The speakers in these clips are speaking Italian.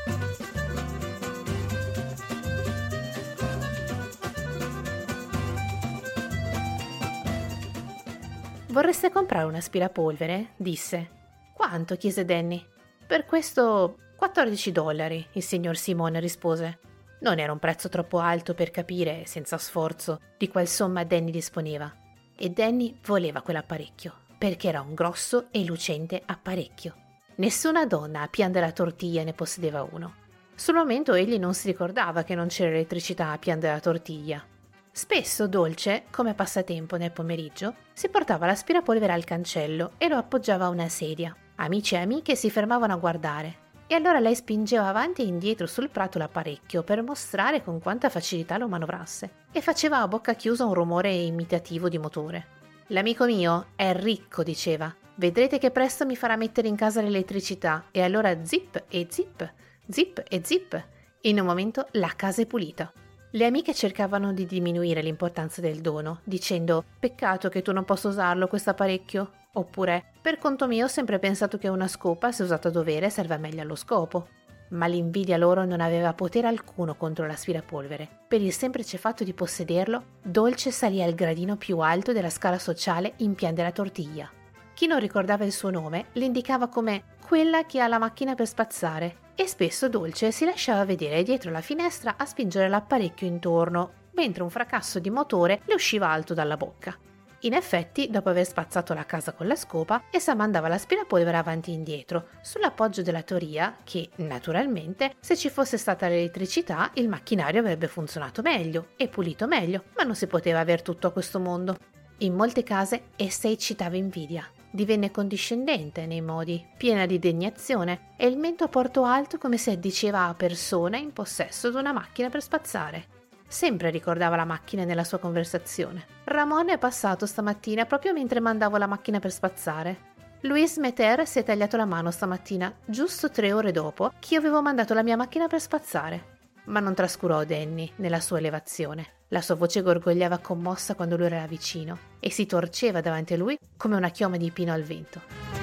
Vorreste comprare un aspirapolvere? Disse. Quanto? Chiese Danny. Per questo $14, il signor Simone rispose. Non era un prezzo troppo alto per capire, senza sforzo, di qual somma Danny disponeva. E Danny voleva quell'apparecchio, perché era un grosso e lucente apparecchio. Nessuna donna a Pian della Tortiglia ne possedeva uno. Sul momento egli non si ricordava che non c'era elettricità a Pian della Tortiglia. Spesso Dolce, come passatempo nel pomeriggio, si portava l'aspirapolvere al cancello e lo appoggiava a una sedia. Amici e amiche si fermavano a guardare e allora lei spingeva avanti e indietro sul prato l'apparecchio per mostrare con quanta facilità lo manovrasse e faceva a bocca chiusa un rumore imitativo di motore. L'amico mio è ricco, diceva. Vedrete che presto mi farà mettere in casa l'elettricità e allora zip e zip, zip e zip. In un momento la casa è pulita. Le amiche cercavano di diminuire l'importanza del dono, dicendo «Peccato che tu non possa usarlo questo apparecchio», oppure «Per conto mio ho sempre pensato che una scopa, se usata a dovere, serve meglio allo scopo». Ma l'invidia loro non aveva potere alcuno contro l'aspirapolvere. Per il semplice fatto di possederlo, Dolce salì al gradino più alto della scala sociale in Pian della Tortiglia. Chi non ricordava il suo nome le indicava come quella che ha la macchina per spazzare e spesso Dolce si lasciava vedere dietro la finestra a spingere l'apparecchio intorno, mentre un fracasso di motore le usciva alto dalla bocca. In effetti, dopo aver spazzato la casa con la scopa, essa mandava l'aspirapolvere avanti e indietro, sull'appoggio della teoria che, naturalmente, se ci fosse stata l'elettricità, il macchinario avrebbe funzionato meglio e pulito meglio, ma non si poteva aver tutto a questo mondo. In molte case essa eccitava invidia. Divenne condiscendente nei modi, piena di degnazione e il mento a porto alto come se diceva a persona in possesso di una macchina per spazzare. Sempre ricordava la macchina nella sua conversazione. Ramon è passato stamattina proprio mentre mandavo la macchina per spazzare. Luis Meter si è tagliato la mano stamattina, giusto 3 ore dopo che io avevo mandato la mia macchina per spazzare. Ma non trascurò Danny nella sua elevazione. La sua voce gorgogliava commossa quando lui era vicino e si torceva davanti a lui come una chioma di pino al vento.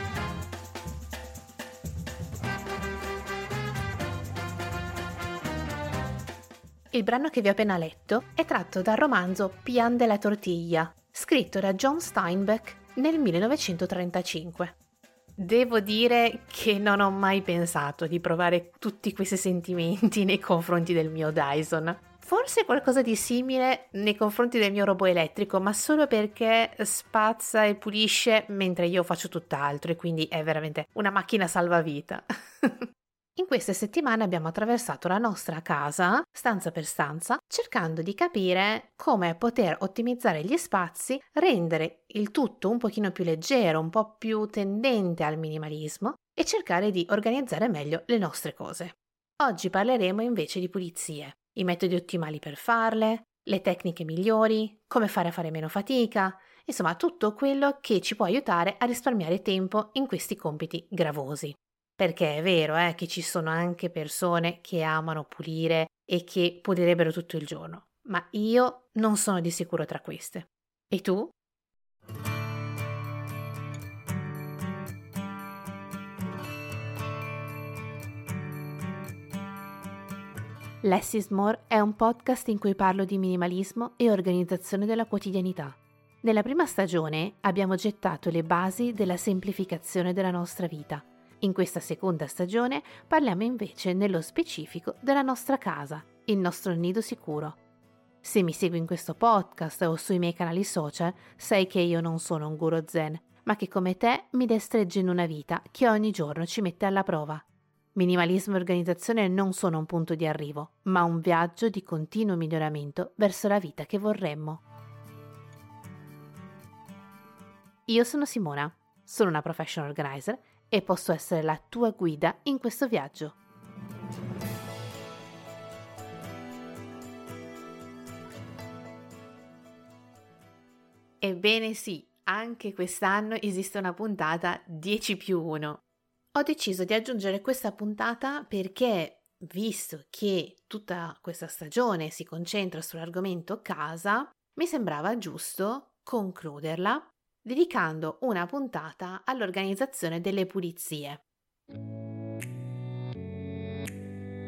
Il brano che vi ho appena letto è tratto dal romanzo Pian della Tortiglia, scritto da John Steinbeck nel 1935. Devo dire che non ho mai pensato di provare tutti questi sentimenti nei confronti del mio Dyson. Forse qualcosa di simile nei confronti del mio robot elettrico, ma solo perché spazza e pulisce mentre io faccio tutt'altro e quindi è veramente una macchina salvavita. In queste settimane abbiamo attraversato la nostra casa, stanza per stanza, cercando di capire come poter ottimizzare gli spazi, rendere il tutto un pochino più leggero, un po' più tendente al minimalismo e cercare di organizzare meglio le nostre cose. Oggi parleremo invece di pulizie, i metodi ottimali per farle, le tecniche migliori, come fare a fare meno fatica, insomma tutto quello che ci può aiutare a risparmiare tempo in questi compiti gravosi. Perché è vero, che ci sono anche persone che amano pulire e che pulirebbero tutto il giorno, ma io non sono di sicuro tra queste. E tu? Less is More è un podcast in cui parlo di minimalismo e organizzazione della quotidianità. Nella prima stagione abbiamo gettato le basi della semplificazione della nostra vita. In questa seconda stagione parliamo invece nello specifico della nostra casa, il nostro nido sicuro. Se mi segui in questo podcast o sui miei canali social, sai che io non sono un guru zen, ma che come te mi destreggio in una vita che ogni giorno ci mette alla prova. Minimalismo e organizzazione non sono un punto di arrivo, ma un viaggio di continuo miglioramento verso la vita che vorremmo. Io sono Simona, sono una professional organizer e posso essere la tua guida in questo viaggio. Ebbene sì, anche quest'anno esiste una puntata 10+1. Ho deciso di aggiungere questa puntata perché, visto che tutta questa stagione si concentra sull'argomento casa, mi sembrava giusto concluderla dedicando una puntata all'organizzazione delle pulizie.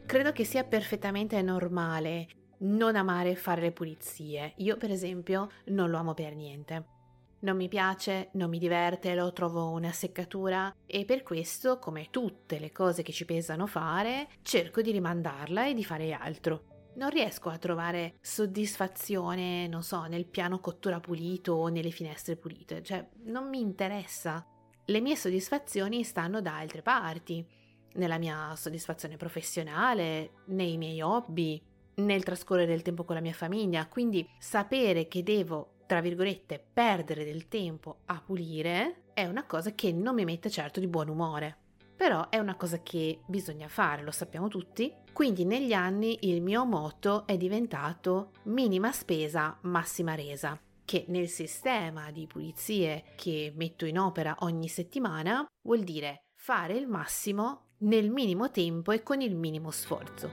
Credo che sia perfettamente normale non amare fare le pulizie. Io, per esempio, non lo amo per niente. Non mi piace, non mi diverte, lo trovo una seccatura e per questo, come tutte le cose che ci pesano fare, cerco di rimandarla e di fare altro. Non riesco a trovare soddisfazione, non so, nel piano cottura pulito o nelle finestre pulite, cioè non mi interessa. Le mie soddisfazioni stanno da altre parti, nella mia soddisfazione professionale, nei miei hobby, nel trascorrere del tempo con la mia famiglia, quindi sapere che devo, tra virgolette, perdere del tempo a pulire è una cosa che non mi mette certo di buon umore. Però è una cosa che bisogna fare, lo sappiamo tutti, quindi negli anni il mio motto è diventato minima spesa, massima resa, che nel sistema di pulizie che metto in opera ogni settimana vuol dire fare il massimo nel minimo tempo e con il minimo sforzo.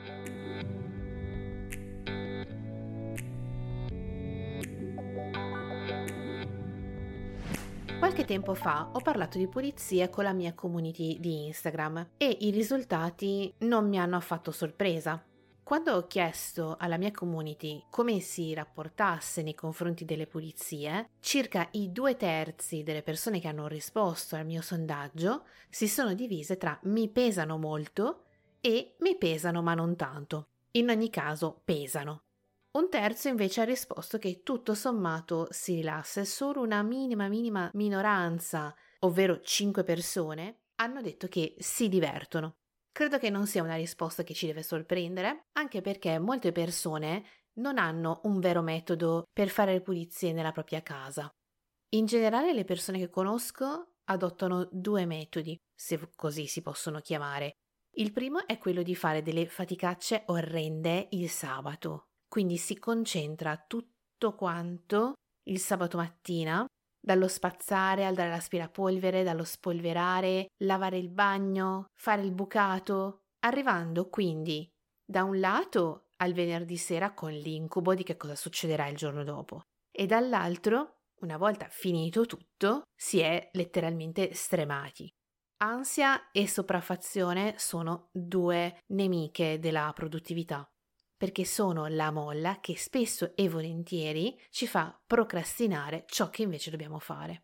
Qualche tempo fa ho parlato di pulizie con la mia community di Instagram e i risultati non mi hanno affatto sorpresa. Quando ho chiesto alla mia community come si rapportasse nei confronti delle pulizie, circa i 2/3 delle persone che hanno risposto al mio sondaggio si sono divise tra mi pesano molto e mi pesano ma non tanto. In ogni caso pesano. Un terzo invece ha risposto che tutto sommato si rilassa e solo una minima minoranza, ovvero 5 persone, hanno detto che si divertono. Credo che non sia una risposta che ci deve sorprendere, anche perché molte persone non hanno un vero metodo per fare le pulizie nella propria casa. In generale le persone che conosco adottano 2 metodi, se così si possono chiamare. Il primo è quello di fare delle faticacce orrende il sabato, quindi si concentra tutto quanto il sabato mattina, dallo spazzare al dare l'aspirapolvere, dallo spolverare, lavare il bagno, fare il bucato, arrivando quindi da un lato al venerdì sera con l'incubo di che cosa succederà il giorno dopo e dall'altro, una volta finito tutto, si è letteralmente stremati. Ansia e sopraffazione sono 2 nemiche della produttività, perché sono la molla che spesso e volentieri ci fa procrastinare ciò che invece dobbiamo fare.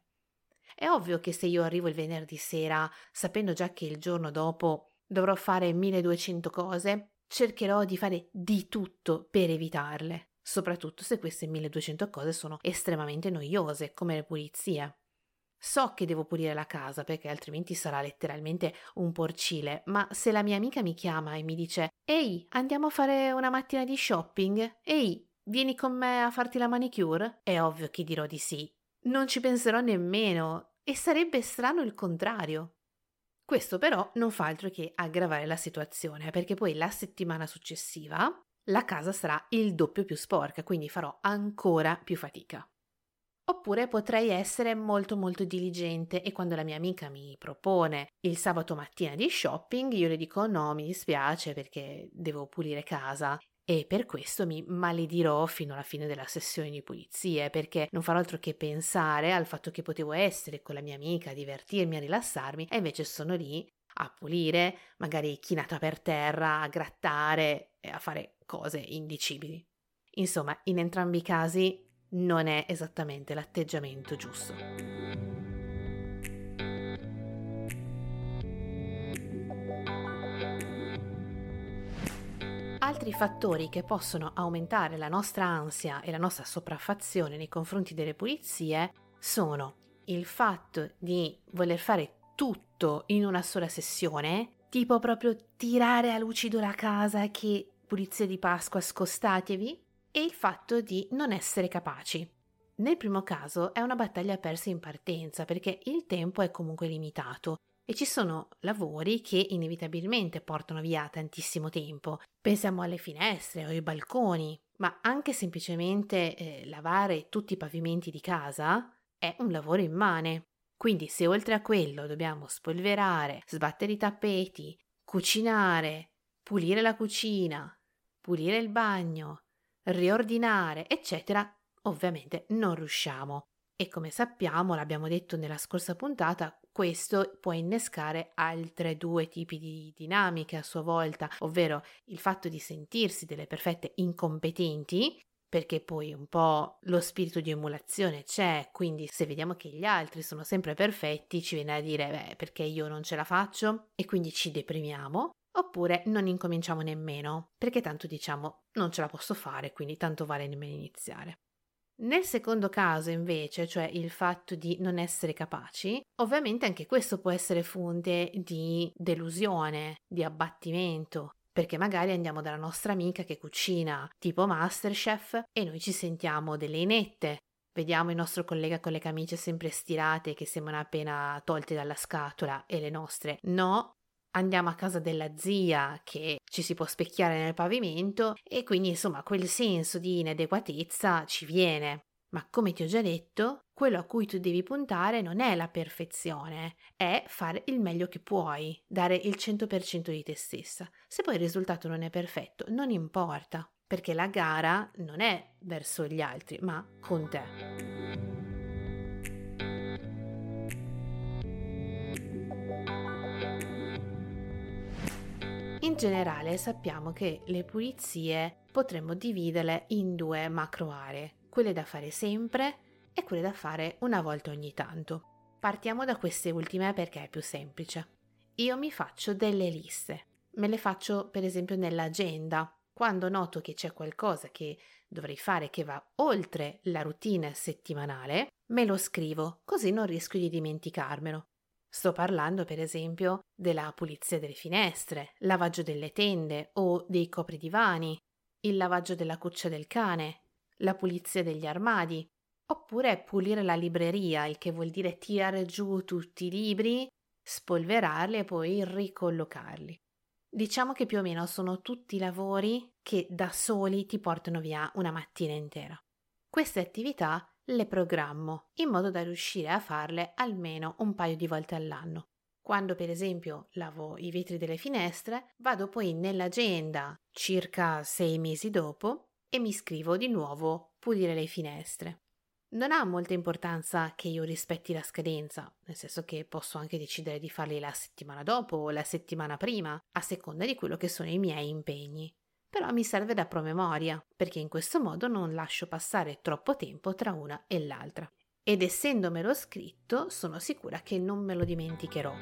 È ovvio che se io arrivo il venerdì sera sapendo già che il giorno dopo dovrò fare 1200 cose, cercherò di fare di tutto per evitarle, soprattutto se queste 1200 cose sono estremamente noiose, come le pulizie. So che devo pulire la casa perché altrimenti sarà letteralmente un porcile, ma se la mia amica mi chiama e mi dice «Ehi, andiamo a fare una mattina di shopping? Ehi, vieni con me a farti la manicure?» È ovvio che dirò di sì. Non ci penserò nemmeno e sarebbe strano il contrario. Questo però non fa altro che aggravare la situazione perché poi la settimana successiva la casa sarà il doppio più sporca, quindi farò ancora più fatica. Oppure potrei essere molto diligente e quando la mia amica mi propone il sabato mattina di shopping io le dico no, mi dispiace perché devo pulire casa e per questo mi maledirò fino alla fine della sessione di pulizie perché non farò altro che pensare al fatto che potevo essere con la mia amica, a divertirmi, a rilassarmi e invece sono lì a pulire, magari chinata per terra, a grattare e a fare cose indicibili. Insomma, in entrambi i casi non è esattamente l'atteggiamento giusto. Altri fattori che possono aumentare la nostra ansia e la nostra sopraffazione nei confronti delle pulizie sono il fatto di voler fare tutto in una sola sessione, tipo proprio tirare a lucido la casa che pulizie di Pasqua scostatevi, e il fatto di non essere capaci. Nel primo caso è una battaglia persa in partenza perché il tempo è comunque limitato e ci sono lavori che inevitabilmente portano via tantissimo tempo. Pensiamo alle finestre o ai balconi, ma anche semplicemente lavare tutti i pavimenti di casa è un lavoro immane. Quindi se oltre a quello dobbiamo spolverare, sbattere i tappeti, cucinare, pulire la cucina, pulire il bagno, riordinare, eccetera, ovviamente non riusciamo. E come sappiamo, l'abbiamo detto nella scorsa puntata, Questo può innescare altre due tipi di dinamiche a sua volta, ovvero il fatto di sentirsi delle perfette incompetenti, perché poi un po' lo spirito di emulazione c'è, quindi se vediamo che gli altri sono sempre perfetti ci viene a dire beh, perché io non ce la faccio, e quindi ci deprimiamo, oppure non incominciamo nemmeno, perché tanto diciamo non ce la posso fare, quindi tanto vale nemmeno iniziare. Nel secondo caso invece, cioè il fatto di non essere capaci, ovviamente anche questo può essere fonte di delusione, di abbattimento, perché magari andiamo dalla nostra amica che cucina tipo MasterChef e noi ci sentiamo delle inette, vediamo il nostro collega con le camicie sempre stirate che sembrano appena tolte dalla scatola e le nostre no. Andiamo a casa della zia che ci si può specchiare nel pavimento e quindi insomma quel senso di inadeguatezza ci viene. Ma come ti ho già detto, quello a cui tu devi puntare non è la perfezione, è fare il meglio che puoi, dare il 100% di te stessa. Se poi il risultato non è perfetto, non importa, perché la gara non è verso gli altri, ma con te. In generale sappiamo che le pulizie potremmo dividerle in due macro aree, quelle da fare sempre e quelle da fare una volta ogni tanto. Partiamo da queste ultime perché è più semplice. Io mi faccio delle liste, me le faccio per esempio nell'agenda. Quando noto che c'è qualcosa che dovrei fare che va oltre la routine settimanale, me lo scrivo, così non rischio di dimenticarmelo. Sto parlando, per esempio, della pulizia delle finestre, lavaggio delle tende o dei copridivani, il lavaggio della cuccia del cane, la pulizia degli armadi, oppure pulire la libreria, il che vuol dire tirare giù tutti i libri, spolverarli e poi ricollocarli. Diciamo che più o meno sono tutti lavori che da soli ti portano via una mattina intera. Queste attività le programmo in modo da riuscire a farle almeno un paio di volte all'anno. Quando per esempio lavo i vetri delle finestre, vado poi nell'agenda circa 6 mesi dopo e mi scrivo di nuovo pulire le finestre. Non ha molta importanza che io rispetti la scadenza, nel senso che posso anche decidere di farli la settimana dopo o la settimana prima, a seconda di quello che sono i miei impegni. Però mi serve da promemoria, perché in questo modo non lascio passare troppo tempo tra una e l'altra. Ed essendomelo scritto, sono sicura che non me lo dimenticherò.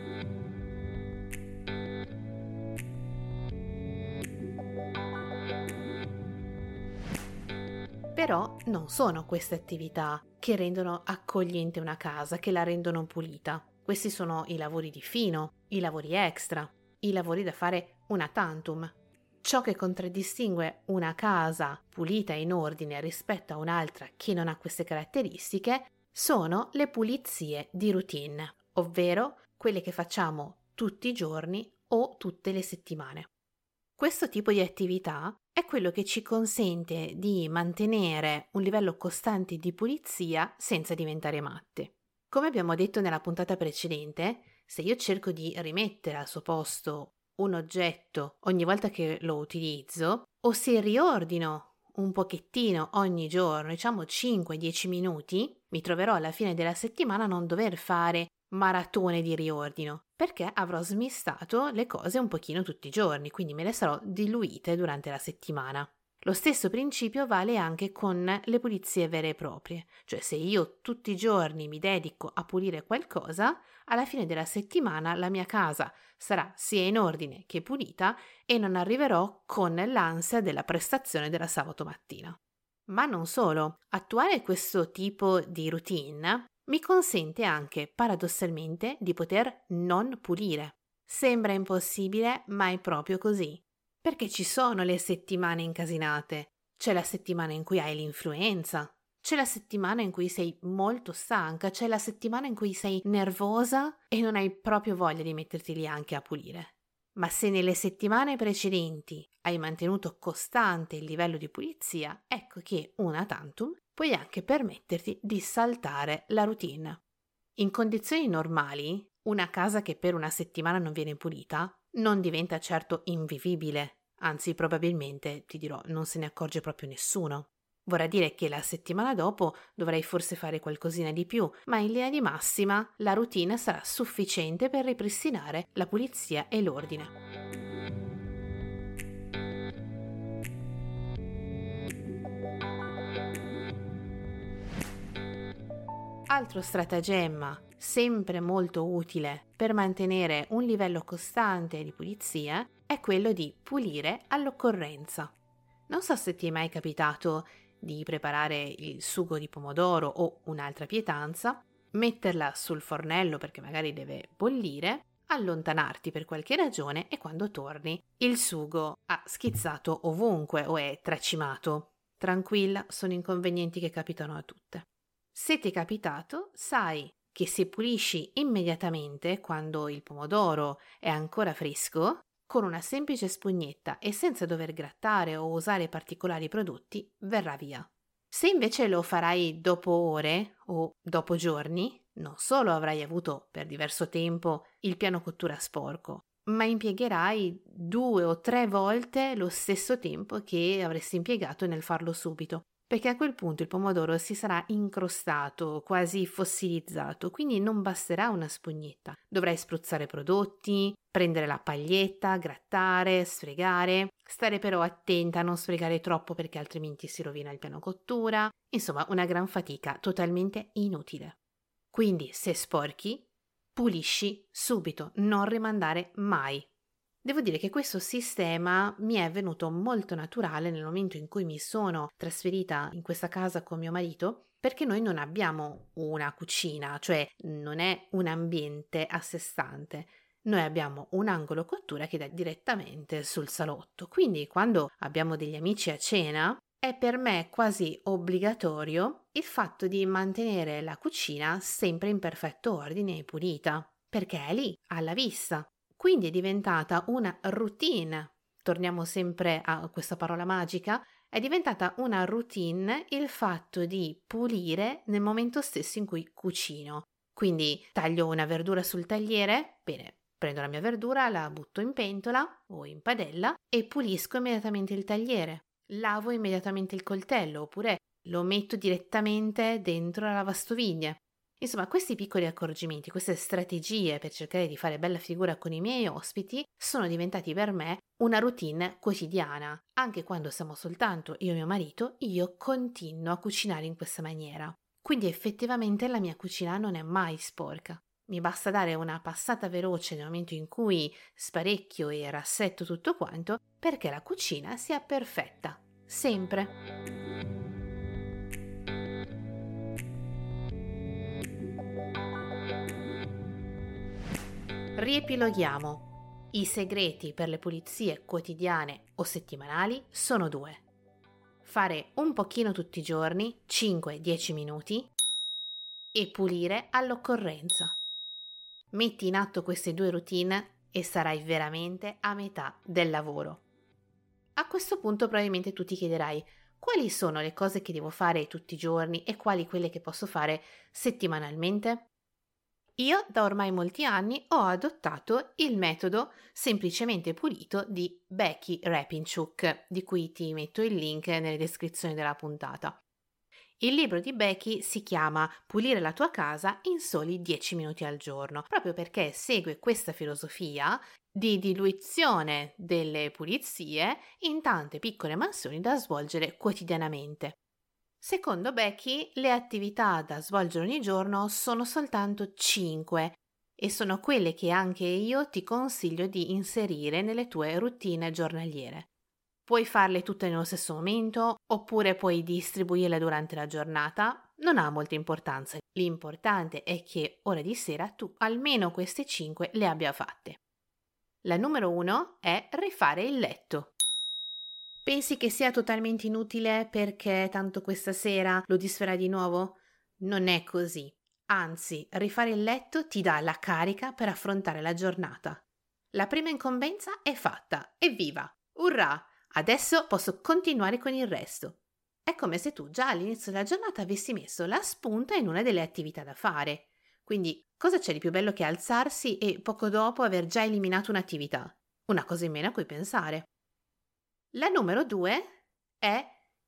Però non sono queste attività che rendono accogliente una casa, che la rendono pulita. Questi sono i lavori di fino, i lavori extra, i lavori da fare una tantum. Ciò che contraddistingue una casa pulita e in ordine rispetto a un'altra che non ha queste caratteristiche sono le pulizie di routine, ovvero quelle che facciamo tutti i giorni o tutte le settimane. Questo tipo di attività è quello che ci consente di mantenere un livello costante di pulizia senza diventare matte. Come abbiamo detto nella puntata precedente, se io cerco di rimettere al suo posto un oggetto ogni volta che lo utilizzo, o se riordino un pochettino ogni giorno, diciamo 5-10 minuti, mi troverò alla fine della settimana a non dover fare maratone di riordino, perché avrò smistato le cose un pochino tutti i giorni, quindi me le sarò diluite durante la settimana. Lo stesso principio vale anche con le pulizie vere e proprie, cioè se io tutti i giorni mi dedico a pulire qualcosa, alla fine della settimana la mia casa sarà sia in ordine che pulita e non arriverò con l'ansia della prestazione della sabato mattina. Ma non solo, attuare questo tipo di routine mi consente anche, paradossalmente, di poter non pulire. Sembra impossibile, ma è proprio così. Perché ci sono le settimane incasinate. C'è la settimana in cui hai l'influenza, c'è la settimana in cui sei molto stanca, c'è la settimana in cui sei nervosa e non hai proprio voglia di metterti lì anche a pulire. Ma se nelle settimane precedenti hai mantenuto costante il livello di pulizia, ecco che una tantum puoi anche permetterti di saltare la routine. In condizioni normali, una casa che per una settimana non viene pulita non diventa certo invivibile, anzi probabilmente, ti dirò, non se ne accorge proprio nessuno. Vorrà dire che la settimana dopo dovrai forse fare qualcosina di più, ma in linea di massima la routine sarà sufficiente per ripristinare la pulizia e l'ordine. Altro stratagemma, sempre molto utile per mantenere un livello costante di pulizia, è quello di pulire all'occorrenza. Non so se ti è mai capitato di preparare il sugo di pomodoro o un'altra pietanza, metterla sul fornello perché magari deve bollire, allontanarti per qualche ragione e quando torni il sugo ha schizzato ovunque o è tracimato. Tranquilla, sono inconvenienti che capitano a tutte. Se ti è capitato, sai che se pulisci immediatamente quando il pomodoro è ancora fresco, con una semplice spugnetta e senza dover grattare o usare particolari prodotti, verrà via. Se invece lo farai dopo ore o dopo giorni, non solo avrai avuto per diverso tempo il piano cottura sporco, ma impiegherai 2 o 3 volte lo stesso tempo che avresti impiegato nel farlo subito. Perché a quel punto il pomodoro si sarà incrostato, quasi fossilizzato, quindi non basterà una spugnetta. Dovrai spruzzare prodotti, prendere la paglietta, grattare, sfregare, stare però attenta a non sfregare troppo perché altrimenti si rovina il piano cottura. Insomma, una gran fatica totalmente inutile. Quindi, se sporchi, pulisci subito, non rimandare mai. Devo dire che questo sistema mi è venuto molto naturale nel momento in cui mi sono trasferita in questa casa con mio marito, perché noi non abbiamo una cucina, cioè non è un ambiente a sé stante. Noi abbiamo un angolo cottura che dà direttamente sul salotto, quindi quando abbiamo degli amici a cena è per me quasi obbligatorio il fatto di mantenere la cucina sempre in perfetto ordine e pulita, perché è lì, alla vista. Quindi è diventata una routine. Torniamo sempre a questa parola magica. È diventata una routine il fatto di pulire nel momento stesso in cui cucino. Quindi taglio una verdura sul tagliere, bene, prendo la mia verdura, la butto in pentola o in padella e pulisco immediatamente il tagliere. Lavo immediatamente il coltello oppure lo metto direttamente dentro la lavastoviglie. Insomma, questi piccoli accorgimenti, queste strategie per cercare di fare bella figura con i miei ospiti sono diventati per me una routine quotidiana. Anche quando siamo soltanto io e mio marito, io continuo a cucinare in questa maniera. Quindi effettivamente la mia cucina non è mai sporca. Mi basta dare una passata veloce nel momento in cui sparecchio e rassetto tutto quanto perché la cucina sia perfetta. Sempre. Riepiloghiamo. I segreti per le pulizie quotidiane o settimanali sono 2. Fare un pochino tutti i giorni, 5-10 minuti, e pulire all'occorrenza. Metti in atto queste 2 routine e sarai veramente a metà del lavoro. A questo punto probabilmente tu ti chiederai quali sono le cose che devo fare tutti i giorni e quali quelle che posso fare settimanalmente? Io da ormai molti anni ho adottato il metodo semplicemente pulito di Becky Rapinchuk, di cui ti metto il link nelle descrizioni della puntata. Il libro di Becky si chiama Pulire la tua casa in soli 10 minuti al giorno, proprio perché segue questa filosofia di diluizione delle pulizie in tante piccole mansioni da svolgere quotidianamente. Secondo Becky, le attività da svolgere ogni giorno sono soltanto 5 e sono quelle che anche io ti consiglio di inserire nelle tue routine giornaliere. Puoi farle tutte nello stesso momento oppure puoi distribuirle durante la giornata, non ha molta importanza. L'importante è che ora di sera tu almeno queste 5 le abbia fatte. La numero 1 è rifare il letto. Pensi che sia totalmente inutile perché tanto questa sera lo disferai di nuovo? Non è così. Anzi, rifare il letto ti dà la carica per affrontare la giornata. La prima incombenza è fatta, evviva! Urrà! Adesso posso continuare con il resto. È come se tu già all'inizio della giornata avessi messo la spunta in una delle attività da fare. Quindi, cosa c'è di più bello che alzarsi e poco dopo aver già eliminato un'attività? Una cosa in meno a cui pensare. La numero 2 è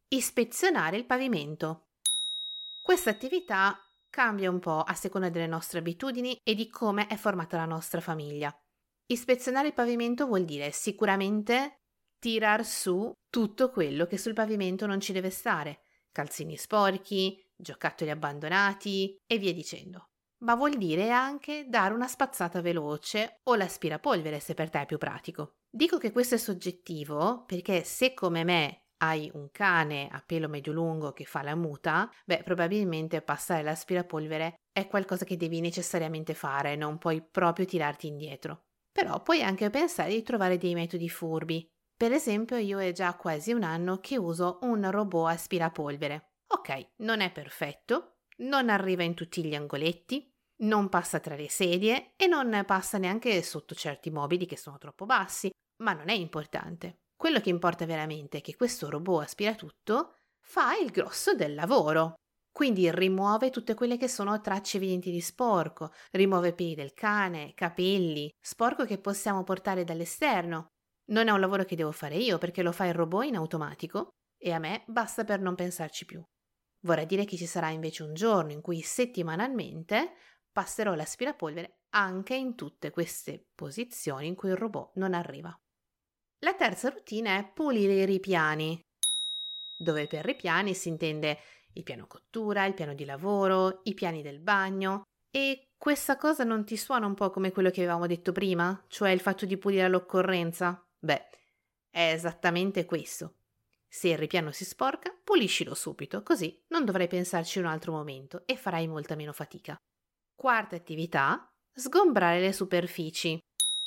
Ispezionare il pavimento. Questa attività cambia un po' a seconda delle nostre abitudini e di come è formata la nostra famiglia. Ispezionare il pavimento vuol dire sicuramente tirar su tutto quello che sul pavimento non ci deve stare, calzini sporchi, giocattoli abbandonati e via dicendo. Ma vuol dire anche dare una spazzata veloce o l'aspirapolvere se per te è più pratico. Dico che questo è soggettivo perché se come me hai un cane a pelo medio-lungo che fa la muta, probabilmente passare l'aspirapolvere è qualcosa che devi necessariamente fare, non puoi proprio tirarti indietro. Però puoi anche pensare di trovare dei metodi furbi. Per esempio, io è già quasi un anno che uso un robot aspirapolvere. Ok, non è perfetto, non arriva in tutti gli angoletti, non passa tra le sedie e non passa neanche sotto certi mobili che sono troppo bassi, ma non è importante. Quello che importa veramente è che questo robot aspiratutto fa il grosso del lavoro. Quindi rimuove tutte quelle che sono tracce evidenti di sporco, rimuove peli del cane, capelli, sporco che possiamo portare dall'esterno. Non è un lavoro che devo fare io perché lo fa il robot in automatico e a me basta per non pensarci più. Vorrà dire che ci sarà invece un giorno in cui settimanalmente passerò l'aspirapolvere anche in tutte queste posizioni in cui il robot non arriva. La terza routine è pulire i ripiani, dove per ripiani si intende il piano cottura, il piano di lavoro, i piani del bagno. E questa cosa non ti suona un po' come quello che avevamo detto prima? Cioè il fatto di pulire all'occorrenza? È esattamente questo. Se il ripiano si sporca, puliscilo subito, così non dovrai pensarci un altro momento e farai molta meno fatica. Quarta attività, sgombrare le superfici.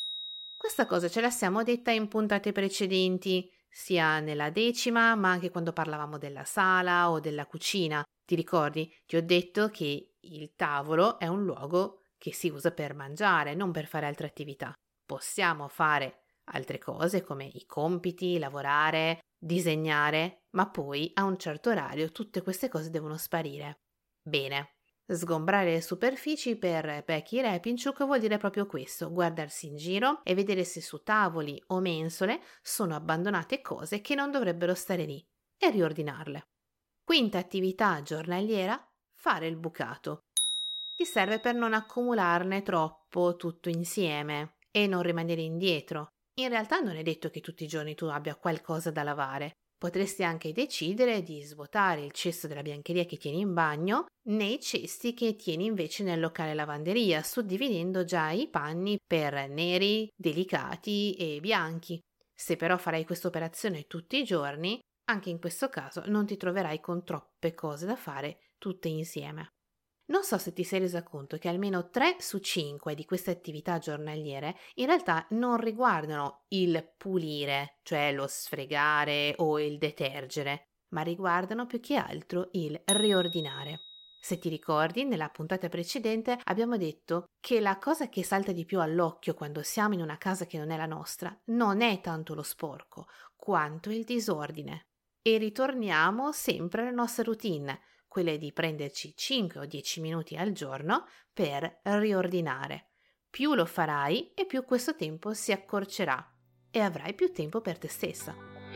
Questa cosa ce la siamo detta in puntate precedenti, sia nella 10ª, ma anche quando parlavamo della sala o della cucina. Ti ricordi? Ti ho detto che il tavolo è un luogo che si usa per mangiare, non per fare altre attività. Possiamo fare altre cose come i compiti, lavorare, disegnare, ma poi a un certo orario tutte queste cose devono sparire. Bene. Sgombrare le superfici per Becky Repinchuk vuol dire proprio questo, guardarsi in giro e vedere se su tavoli o mensole sono abbandonate cose che non dovrebbero stare lì e riordinarle. Quinta attività giornaliera, fare il bucato. Ti serve per non accumularne troppo tutto insieme e non rimanere indietro. In realtà non è detto che tutti i giorni tu abbia qualcosa da lavare. Potresti anche decidere di svuotare il cesto della biancheria che tieni in bagno nei cesti che tieni invece nel locale lavanderia, suddividendo già i panni per neri, delicati e bianchi. Se però farai questa operazione tutti i giorni, anche in questo caso non ti troverai con troppe cose da fare tutte insieme. Non so se ti sei resa conto che almeno 3 su 5 di queste attività giornaliere in realtà non riguardano il pulire, cioè lo sfregare o il detergere, ma riguardano più che altro il riordinare. Se ti ricordi, nella puntata precedente abbiamo detto che la cosa che salta di più all'occhio quando siamo in una casa che non è la nostra non è tanto lo sporco, quanto il disordine. E ritorniamo sempre alla nostra routine, quelle di prenderci 5 o 10 minuti al giorno per riordinare. Più lo farai e più questo tempo si accorcerà e avrai più tempo per te stessa.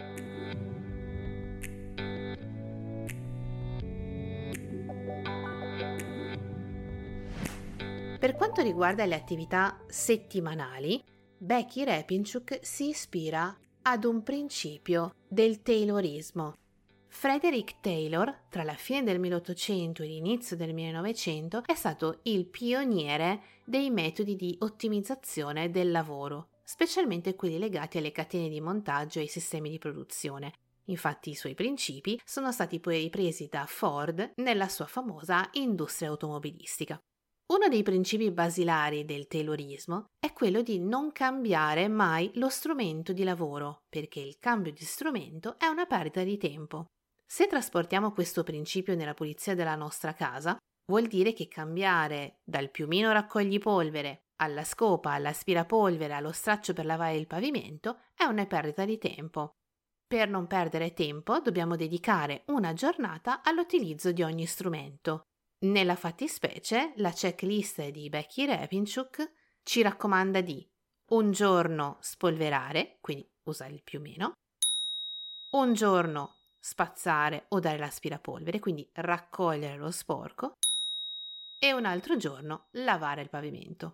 Per quanto riguarda le attività settimanali, Becky Repinchuk si ispira ad un principio del Taylorismo. Frederick Taylor, tra la fine del 1800 e l'inizio del 1900, è stato il pioniere dei metodi di ottimizzazione del lavoro, specialmente quelli legati alle catene di montaggio e ai sistemi di produzione. Infatti i suoi principi sono stati poi ripresi da Ford nella sua famosa industria automobilistica. Uno dei principi basilari del Taylorismo è quello di non cambiare mai lo strumento di lavoro, perché il cambio di strumento è una perdita di tempo. Se trasportiamo questo principio nella pulizia della nostra casa, vuol dire che cambiare dal piumino raccogli-polvere alla scopa, all'aspirapolvere, allo straccio per lavare il pavimento è una perdita di tempo. Per non perdere tempo dobbiamo dedicare una giornata all'utilizzo di ogni strumento. Nella fattispecie, la checklist di Becky Repinchuk ci raccomanda di un giorno spolverare, quindi usa il piumino, un giorno spazzare o dare l'aspirapolvere, quindi raccogliere lo sporco, e un altro giorno lavare il pavimento.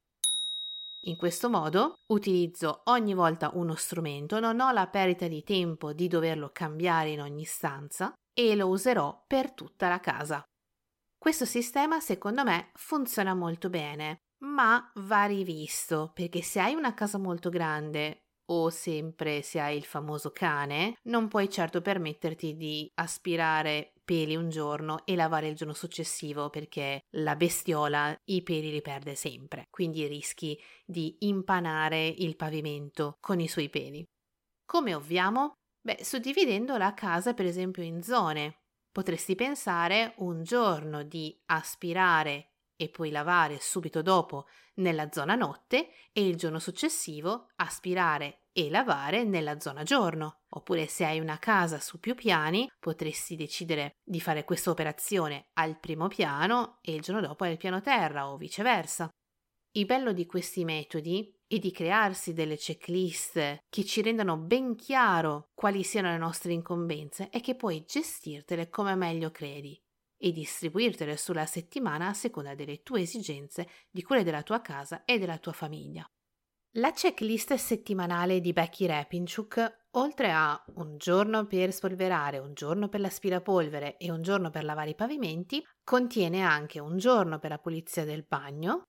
In questo modo utilizzo ogni volta uno strumento, non ho la perdita di tempo di doverlo cambiare in ogni stanza e lo userò per tutta la casa. Questo sistema secondo me funziona molto bene, ma va rivisto, perché se hai una casa molto grande o sempre se hai il famoso cane, non puoi certo permetterti di aspirare peli un giorno e lavare il giorno successivo, perché la bestiola i peli li perde sempre, quindi rischi di impanare il pavimento con i suoi peli. Come ovviamo? Suddividendo la casa per esempio in zone. Potresti pensare un giorno di aspirare e poi lavare subito dopo nella zona notte e il giorno successivo aspirare e lavare nella zona giorno. Oppure se hai una casa su più piani potresti decidere di fare questa operazione al primo piano e il giorno dopo al piano terra o viceversa. Il bello di questi metodi è di crearsi delle checklist che ci rendano ben chiaro quali siano le nostre incombenze e che puoi gestirtele come meglio credi e distribuirtele sulla settimana a seconda delle tue esigenze, di quelle della tua casa e della tua famiglia. La checklist settimanale di Becky Repinchuk, oltre a un giorno per spolverare, un giorno per l'aspirapolvere e un giorno per lavare i pavimenti, contiene anche un giorno per la pulizia del bagno,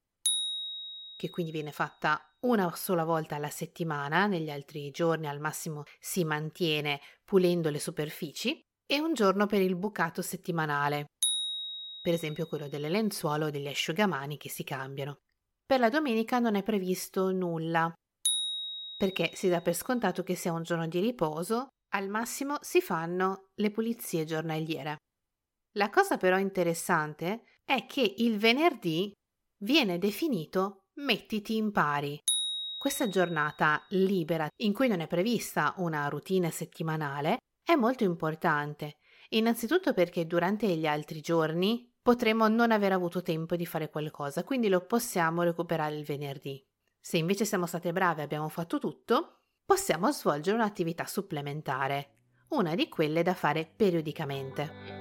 che quindi viene fatta una sola volta alla settimana, negli altri giorni al massimo si mantiene pulendo le superfici, e un giorno per il bucato settimanale, per esempio quello delle lenzuola o degli asciugamani che si cambiano. Per la domenica non è previsto nulla, perché si dà per scontato che sia un giorno di riposo, al massimo si fanno le pulizie giornaliere. La cosa però interessante è che il venerdì viene definito mettiti in pari. Questa giornata libera, in cui non è prevista una routine settimanale, è molto importante. Innanzitutto perché durante gli altri giorni potremo non aver avuto tempo di fare qualcosa, quindi lo possiamo recuperare il venerdì. Se invece siamo state brave e abbiamo fatto tutto, possiamo svolgere un'attività supplementare, una di quelle da fare periodicamente.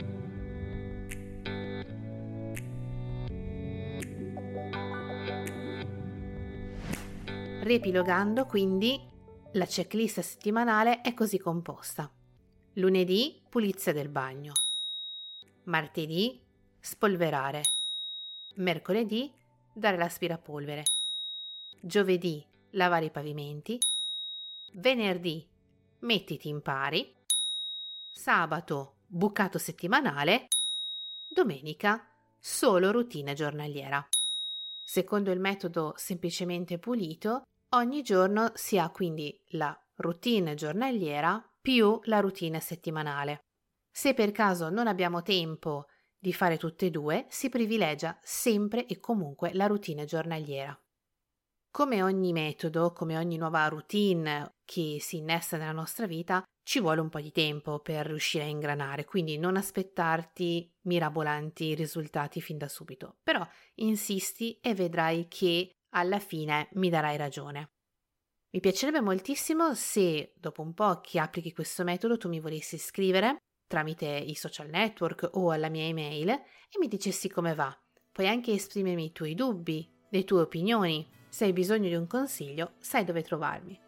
Riepilogando, quindi, la checklist settimanale è così composta. Lunedì, pulizia del bagno. Martedì, spolverare. Mercoledì, dare l'aspirapolvere. Giovedì, lavare i pavimenti. Venerdì, mettiti in pari. Sabato, bucato settimanale. Domenica, solo routine giornaliera. Secondo il metodo semplicemente pulito, ogni giorno si ha quindi la routine giornaliera più la routine settimanale. Se per caso non abbiamo tempo di fare tutte e due, si privilegia sempre e comunque la routine giornaliera. Come ogni metodo, come ogni nuova routine che si innesta nella nostra vita, ci vuole un po' di tempo per riuscire a ingranare, quindi non aspettarti mirabolanti risultati fin da subito, però insisti e vedrai che alla fine mi darai ragione. Mi piacerebbe moltissimo se dopo un po' che applichi questo metodo tu mi volessi scrivere tramite i social network o alla mia email e mi dicessi come va. Puoi anche esprimermi i tuoi dubbi, le tue opinioni. Se hai bisogno di un consiglio, sai dove trovarmi.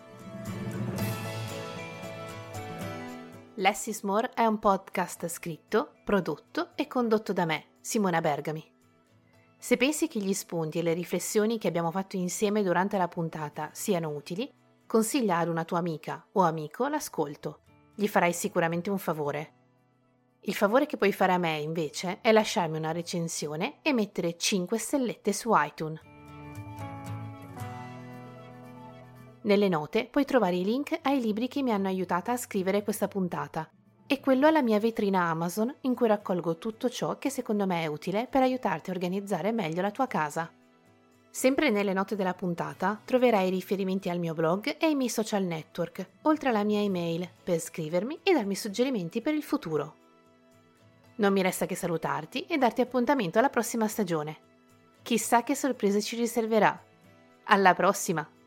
Less is More è un podcast scritto, prodotto e condotto da me, Simona Bergami. Se pensi che gli spunti e le riflessioni che abbiamo fatto insieme durante la puntata siano utili, consiglia ad una tua amica o amico l'ascolto. Gli farai sicuramente un favore. Il favore che puoi fare a me, invece, è lasciarmi una recensione e mettere 5 stellette su iTunes. Nelle note puoi trovare i link ai libri che mi hanno aiutata a scrivere questa puntata e quello alla mia vetrina Amazon in cui raccolgo tutto ciò che secondo me è utile per aiutarti a organizzare meglio la tua casa. Sempre nelle note della puntata troverai riferimenti al mio blog e ai miei social network, oltre alla mia email, per scrivermi e darmi suggerimenti per il futuro. Non mi resta che salutarti e darti appuntamento alla prossima stagione. Chissà che sorprese ci riserverà. Alla prossima!